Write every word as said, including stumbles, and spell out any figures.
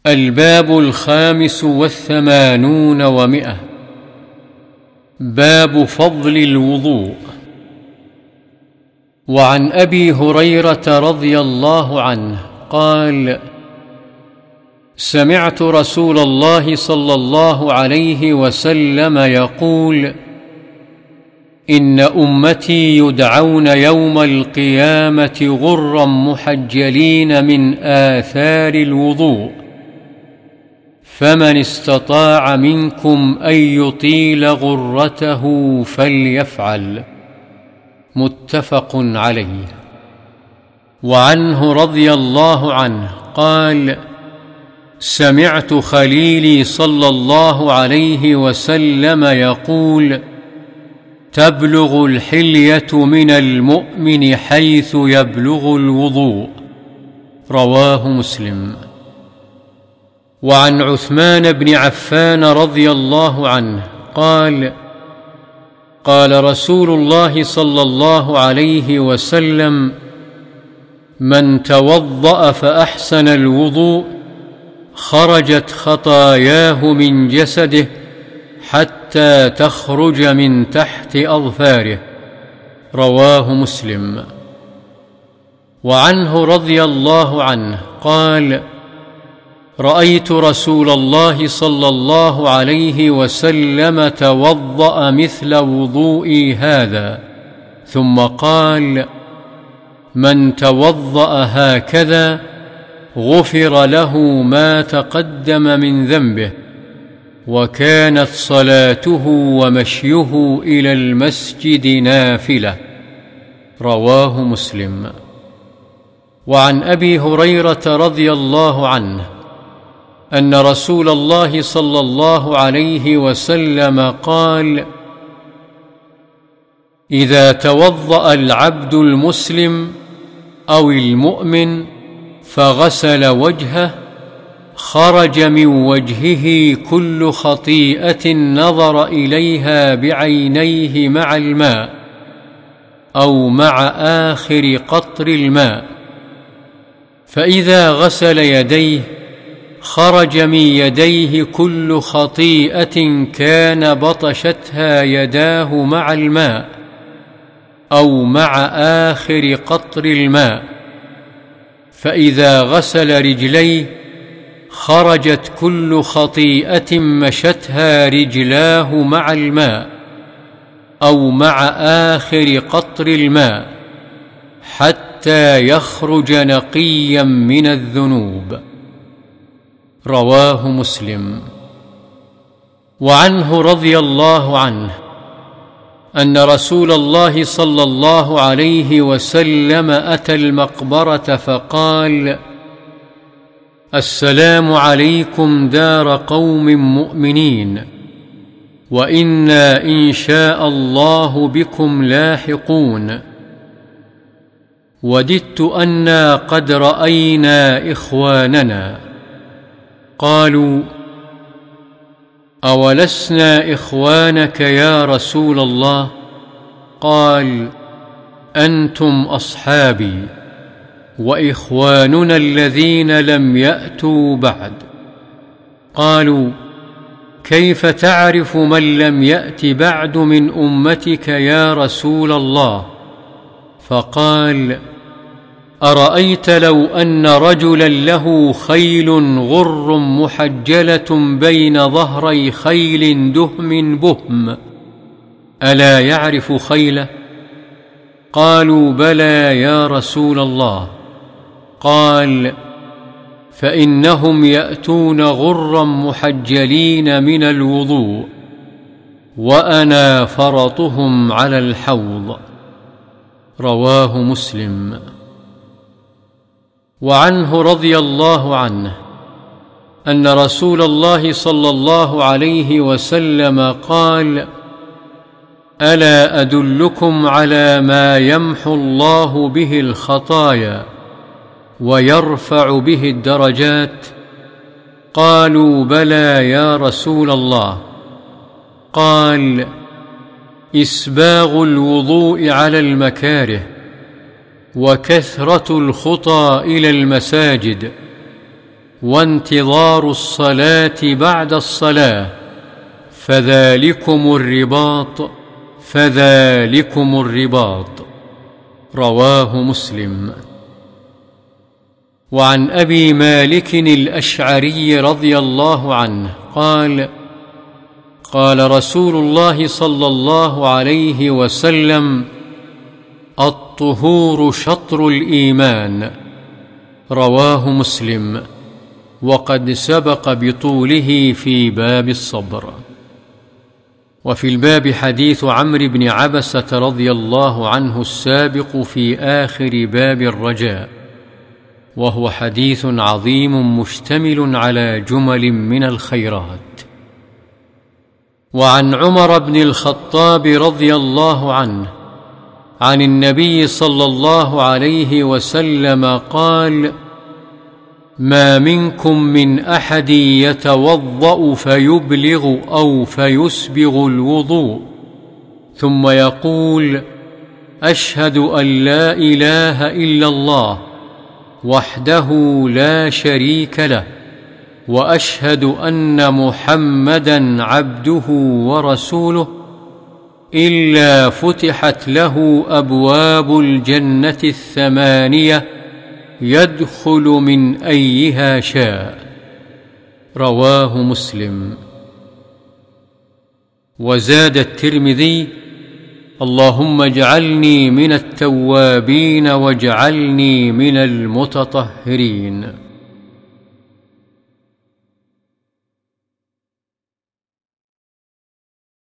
الباب الخامس والثمانون ومئة. باب فضل الوضوء. وعن أبي هريرة رضي الله عنه قال: سمعت رسول الله صلى الله عليه وسلم يقول: إن أمتي يدعون يوم القيامة غرا محجلين من آثار الوضوء، فمن استطاع منكم أن يطيل غرته فليفعل. متفق عليه. وعنه رضي الله عنه قال: سمعت خليلي صلى الله عليه وسلم يقول: تبلغ الحلية من المؤمن حيث يبلغ الوضوء. رواه مسلم. وعن عثمان بن عفان رضي الله عنه قال: قال رسول الله صلى الله عليه وسلم: من توضأ فأحسن الوضوء خرجت خطاياه من جسده حتى تخرج من تحت أظفاره. رواه مسلم. وعنه رضي الله عنه قال: رأيت رسول الله صلى الله عليه وسلم توضأ مثل وضوئي هذا، ثم قال: من توضأ هكذا غفر له ما تقدم من ذنبه، وكانت صلاته ومشيه إلى المسجد نافلة. رواه مسلم. وعن أبي هريرة رضي الله عنه أن رسول الله صلى الله عليه وسلم قال: إذا توضأ العبد المسلم أو المؤمن فغسل وجهه خرج من وجهه كل خطيئة نظر إليها بعينيه مع الماء أو مع آخر قطر الماء. فإذا غسل يديه خرج من يديه كل خطيئة كان بطشتها يداه مع الماء أو مع آخر قطر الماء. فإذا غسل رجليه خرجت كل خطيئة مشتها رجلاه مع الماء أو مع آخر قطر الماء حتى يخرج نقيا من الذنوب. رواه مسلم. وعنه رضي الله عنه أن رسول الله صلى الله عليه وسلم أتى المقبرة فقال: السلام عليكم دار قوم مؤمنين، وإنا إن شاء الله بكم لاحقون. وددت أنا قد رأينا إخواننا. قالوا: أولسنا إخوانك يا رسول الله؟ قال: أنتم أصحابي، وإخواننا الذين لم يأتوا بعد. قالوا: كيف تعرف من لم يأت بعد من أمتك يا رسول الله؟ فقال: أرأيت لو أن رجلا له خيل غر محجلة بين ظهري خيل دهم بهم، ألا يعرف خيله؟ قالوا: بلى يا رسول الله. قال: فإنهم يأتون غرا محجلين من الوضوء، وأنا فرطهم على الحوض. رواه مسلم. وعنه رضي الله عنه أن رسول الله صلى الله عليه وسلم قال: ألا أدلكم على ما يمحو الله به الخطايا ويرفع به الدرجات؟ قالوا: بلى يا رسول الله. قال: إسباغ الوضوء على المكاره، وكثرة الخطى إلى المساجد، وانتظار الصلاة بعد الصلاة، فذلكم الرباط فذلكم الرباط. رواه مسلم. وعن أبي مالك الأشعري رضي الله عنه قال: قال رسول الله صلى الله عليه وسلم: الطهور شطر الإيمان. رواه مسلم، وقد سبق بطوله في باب الصبر. وفي الباب حديث عمرو بن عبسة رضي الله عنه السابق في آخر باب الرجاء، وهو حديث عظيم مشتمل على جمل من الخيرات. وعن عمر بن الخطاب رضي الله عنه عن النبي صلى الله عليه وسلم قال: ما منكم من أحد يتوضأ فيبلغ أو فيسبغ الوضوء ثم يقول: أشهد أن لا إله إلا الله وحده لا شريك له، وأشهد أن محمدًا عبده ورسوله، إلا فتحت له أبواب الجنة الثمانية يدخل من أيها شاء. رواه مسلم. وزاد الترمذي: اللهم اجعلني من التوابين واجعلني من المتطهرين.